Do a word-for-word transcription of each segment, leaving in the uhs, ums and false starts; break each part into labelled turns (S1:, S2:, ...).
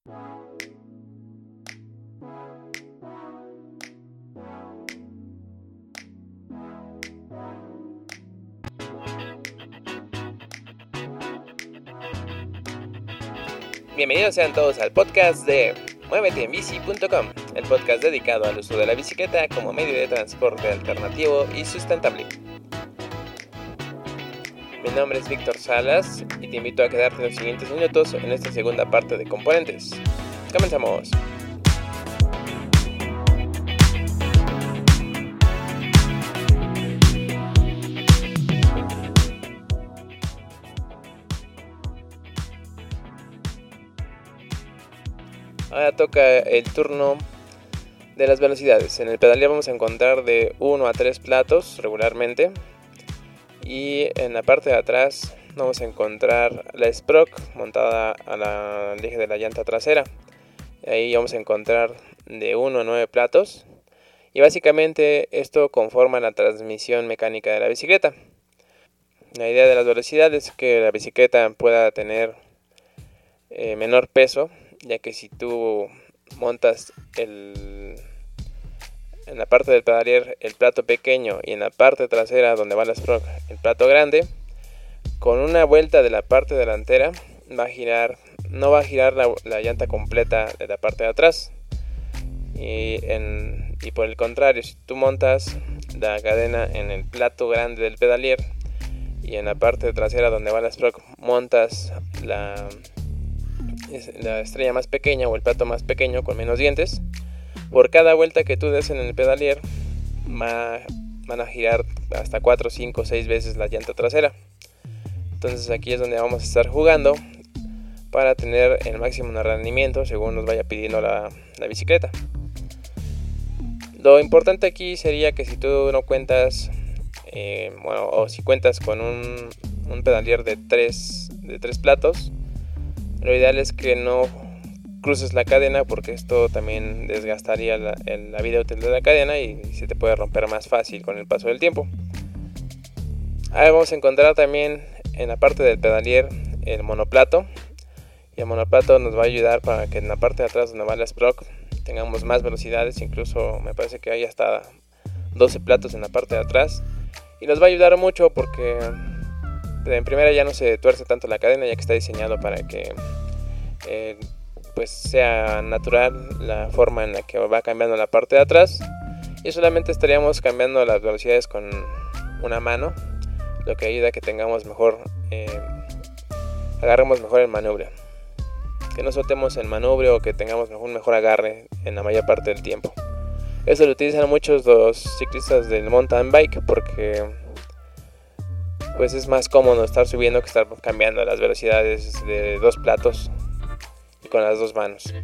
S1: Bienvenidos sean todos al podcast de muévete en bici punto com, el podcast dedicado al uso de la bicicleta como medio de transporte alternativo y sustentable. Mi nombre es Víctor Salas y te invito a quedarte los siguientes minutos en esta segunda parte de Componentes. ¡Comenzamos! Ahora toca el turno de las velocidades. En el pedaleo vamos a encontrar de uno a tres platos regularmente. Y en la parte de atrás vamos a encontrar la Sprock montada a la eje de la llanta trasera. Ahí vamos a encontrar de uno a nueve platos. Y básicamente esto conforma la transmisión mecánica de la bicicleta. La idea de las velocidades es que la bicicleta pueda tener eh, menor peso, ya que si tú montas el, en la parte del pedalier el plato pequeño y en la parte trasera donde va la Sprock el plato grande, con una vuelta de la parte delantera va a girar, no va a girar la, la llanta completa de la parte de atrás. Y, en, y por el contrario, si tú montas la cadena en el plato grande del pedalier y en la parte trasera donde va la Sprock montas la la estrella más pequeña o el plato más pequeño con menos dientes, por cada vuelta que tú des en el pedalier va, van a girar hasta cuatro, cinco, seis veces la llanta trasera. Entonces aquí es donde vamos a estar jugando para tener el máximo de rendimiento según nos vaya pidiendo la, la bicicleta. Lo importante aquí sería que si tú no cuentas eh, bueno, o si cuentas con un, un pedalier de tres, de tres platos, lo ideal es que no cruces la cadena, porque esto también desgastaría la, la vida útil de la cadena y se te puede romper más fácil con el paso del tiempo. Ahora vamos a encontrar también en la parte del pedalier el monoplato, y el monoplato nos va a ayudar para que en la parte de atrás donde va la Sprock tengamos más velocidades. Incluso me parece que hay hasta doce platos en la parte de atrás, y nos va a ayudar mucho porque en primera ya no se tuerce tanto la cadena, ya que está diseñado para que eh, pues sea natural la forma en la que va cambiando la parte de atrás, y solamente estaríamos cambiando las velocidades con una mano, lo que ayuda a que tengamos mejor eh, agarremos mejor el manubrio, que no soltemos el manubrio o que tengamos un mejor agarre en la mayor parte del tiempo. Eso lo utilizan muchos los ciclistas del mountain bike porque pues es más cómodo estar subiendo que estar cambiando las velocidades de dos platos y con las dos manos.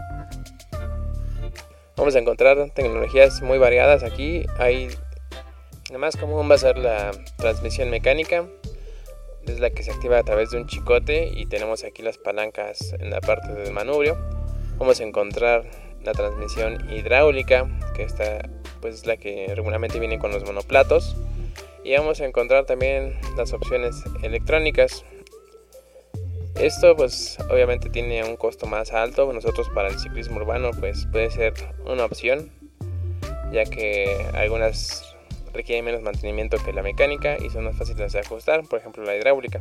S1: Vamos a encontrar tecnologías muy variadas aquí. Hay, la más común va a ser la transmisión mecánica, es la que se activa a través de un chicote, y tenemos aquí las palancas en la parte del manubrio. Vamos a encontrar la transmisión hidráulica, que esta pues es la que regularmente viene con los monoplatos. Y vamos a encontrar también las opciones electrónicas. Esto pues obviamente tiene un costo más alto. Nosotros para el ciclismo urbano pues puede ser una opción, ya que algunas requieren menos mantenimiento que la mecánica y son más fáciles de ajustar, por ejemplo la hidráulica.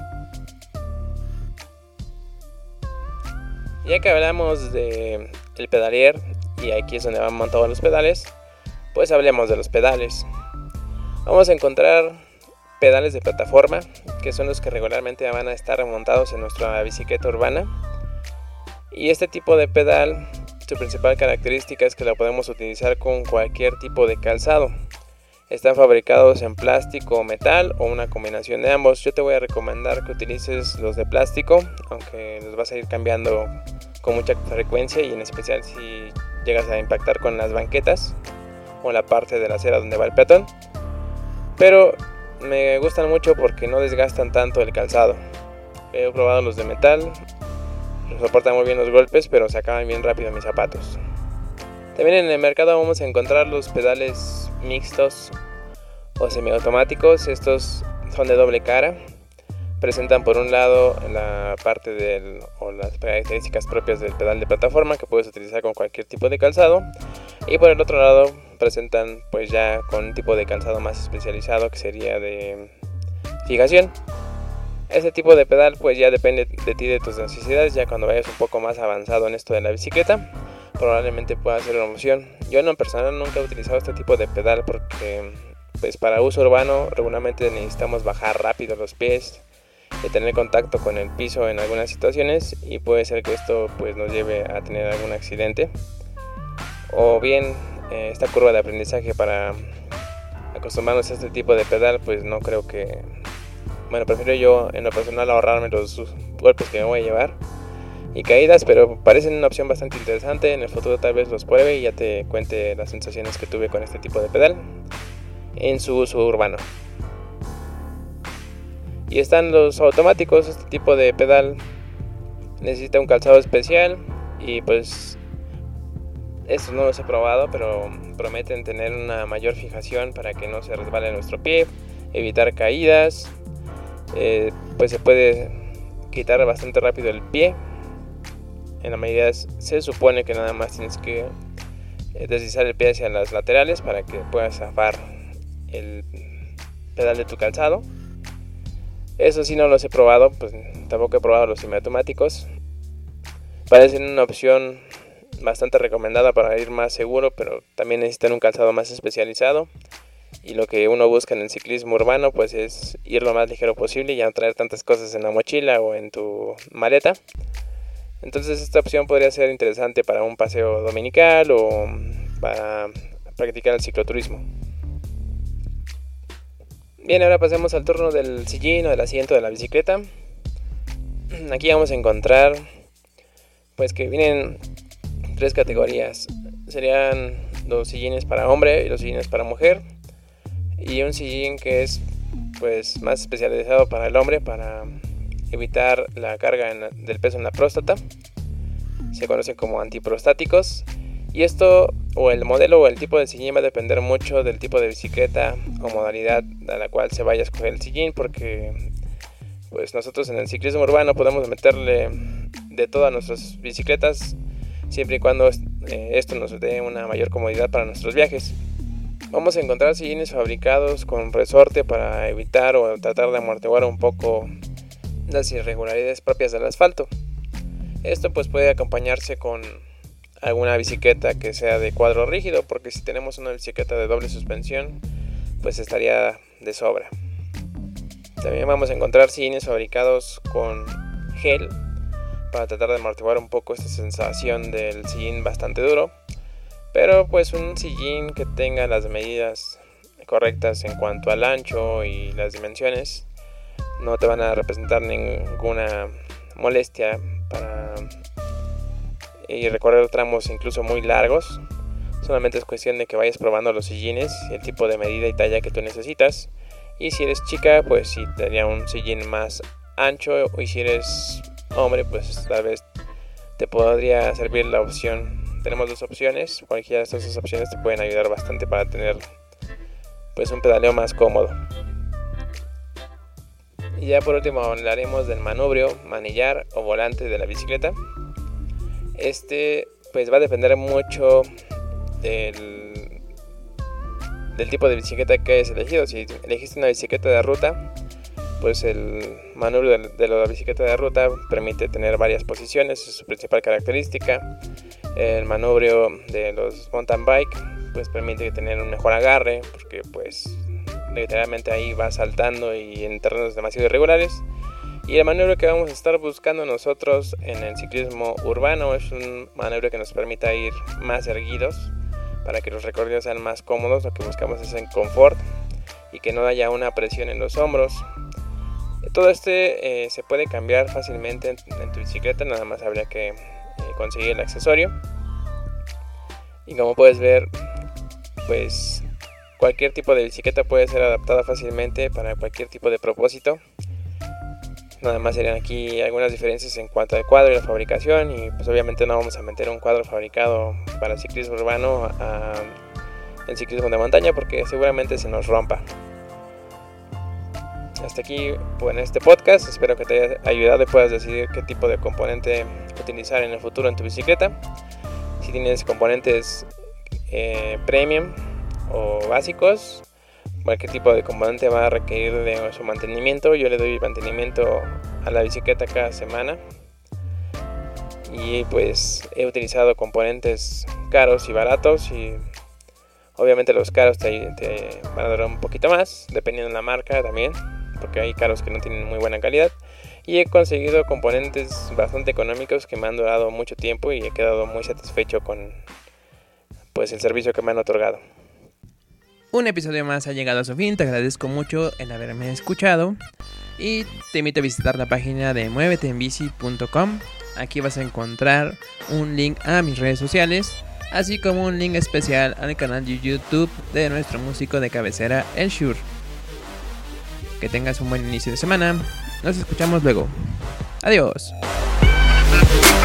S1: Ya que hablamos de el pedalier, y aquí es donde van montados los pedales, pues hablemos de los pedales. Vamos a encontrar pedales de plataforma, que son los que regularmente van a estar montados en nuestra bicicleta urbana. Y este tipo de pedal, su principal característica es que lo podemos utilizar con cualquier tipo de calzado. Están fabricados en plástico o metal o una combinación de ambos. Yo te voy a recomendar que utilices los de plástico, aunque los vas a ir cambiando con mucha frecuencia, y en especial si llegas a impactar con las banquetas o la parte de la acera donde va el peatón. Pero me gustan mucho porque no desgastan tanto el calzado. He probado los de metal, soportan muy bien los golpes, pero se acaban bien rápido mis zapatos. También en el mercado vamos a encontrar los pedales mixtos o semiautomáticos. Estos son de doble cara, Presentan por un lado la parte del, o las características propias del pedal de plataforma que puedes utilizar con cualquier tipo de calzado, y por el otro lado presentan pues ya con un tipo de calzado más especializado que sería de fijación. Este tipo de pedal pues ya depende de ti, de tus necesidades. Ya cuando vayas un poco más avanzado en esto de la bicicleta, probablemente pueda ser una opción. Yo en lo personal nunca he utilizado este tipo de pedal porque pues para uso urbano regularmente necesitamos bajar rápido los pies y tener contacto con el piso en algunas situaciones, y puede ser que esto pues nos lleve a tener algún accidente, o bien eh, esta curva de aprendizaje para acostumbrarnos a este tipo de pedal pues no creo que, bueno, prefiero yo en lo personal ahorrarme los golpes que me voy a llevar y caídas, pero parecen una opción bastante interesante. En el futuro tal vez los pruebe y ya te cuente las sensaciones que tuve con este tipo de pedal en su uso urbano. Y están los automáticos. Este tipo de pedal necesita un calzado especial y pues estos no los he probado, pero prometen tener una mayor fijación para que no se resbale nuestro pie, evitar caídas. Eh, pues se puede quitar bastante rápido el pie. En la medida se supone que nada más tienes que deslizar el pie hacia las laterales para que puedas zafar el pedal de tu calzado. Eso sí no los he probado, pues tampoco he probado los semiautomáticos. Parecen una opción bastante recomendada para ir más seguro, pero también necesitan un calzado más especializado. Y lo que uno busca en el ciclismo urbano pues es ir lo más ligero posible y ya no traer tantas cosas en la mochila o en tu maleta. Entonces esta opción podría ser interesante para un paseo dominical o para practicar el cicloturismo. Bien, ahora pasemos al turno del sillín o del asiento de la bicicleta. Aquí vamos a encontrar pues que vienen tres categorías. Serían los sillines para hombre y los sillines para mujer, y un sillín que es pues más especializado para el hombre para evitar la carga en la, del peso en la próstata. Se conocen como antiprostáticos. Y esto, o el modelo o el tipo de sillín, va a depender mucho del tipo de bicicleta o modalidad a la cual se vaya a escoger el sillín, porque pues nosotros en el ciclismo urbano podemos meterle de todas nuestras bicicletas siempre y cuando eh, esto nos dé una mayor comodidad para nuestros viajes. Vamos a encontrar sillines fabricados con resorte para evitar o tratar de amortiguar un poco las irregularidades propias del asfalto. Esto pues puede acompañarse con alguna bicicleta que sea de cuadro rígido, porque si tenemos una bicicleta de doble suspensión pues estaría de sobra. También vamos a encontrar sillines fabricados con gel para tratar de amortiguar un poco esta sensación del sillín bastante duro, pero pues un sillín que tenga las medidas correctas en cuanto al ancho y las dimensiones no te van a representar ninguna molestia para y recorrer tramos incluso muy largos. Solamente es cuestión de que vayas probando los sillines y el tipo de medida y talla que tú necesitas. Y si eres chica, pues sí, tendría un sillín más ancho, y si eres hombre, pues tal vez te podría servir la opción. Tenemos dos opciones, cualquiera de estas dos opciones te pueden ayudar bastante para tener pues un pedaleo más cómodo. Y ya por último hablaremos del manubrio, manillar o volante de la bicicleta. Este pues va a depender mucho del, del tipo de bicicleta que hayas elegido. Si elegiste una bicicleta de ruta, pues el manubrio de, de la bicicleta de ruta permite tener varias posiciones, es su principal característica. El manubrio de los mountain bike pues permite tener un mejor agarre, porque pues literalmente ahí va saltando y en terrenos demasiado irregulares. Y el manubrio que vamos a estar buscando nosotros en el ciclismo urbano es un manubrio que nos permita ir más erguidos para que los recorridos sean más cómodos. Lo que buscamos es en confort y que no haya una presión en los hombros. Todo este eh, se puede cambiar fácilmente en, en tu bicicleta, nada más habría que eh, conseguir el accesorio. Y como puedes ver, pues cualquier tipo de bicicleta puede ser adaptada fácilmente para cualquier tipo de propósito. Nada más serían aquí algunas diferencias en cuanto al cuadro y la fabricación, y pues obviamente no vamos a meter un cuadro fabricado para el ciclismo urbano a el ciclismo de montaña, porque seguramente se nos rompa. hasta aquí en este podcast. Espero que te haya ayudado y puedas decidir qué tipo de componente utilizar en el futuro en tu bicicleta. Si tienes componentes eh, premium o básicos, cualquier tipo de componente va a requerir de su mantenimiento. Yo le doy mantenimiento a la bicicleta cada semana. Y pues he utilizado componentes caros y baratos, y obviamente los caros te, te van a durar un poquito más, dependiendo de la marca también, porque hay caros que no tienen muy buena calidad. Y he conseguido componentes bastante económicos que me han durado mucho tiempo y he quedado muy satisfecho con pues el servicio que me han otorgado.
S2: Un episodio más ha llegado a su fin. Te agradezco mucho el haberme escuchado y te invito a visitar la página de muévete en bici punto com. Aquí vas a encontrar un link a mis redes sociales, así como un link especial al canal de YouTube de nuestro músico de cabecera, El Shure. Que tengas un buen inicio de semana. Nos escuchamos luego. Adiós.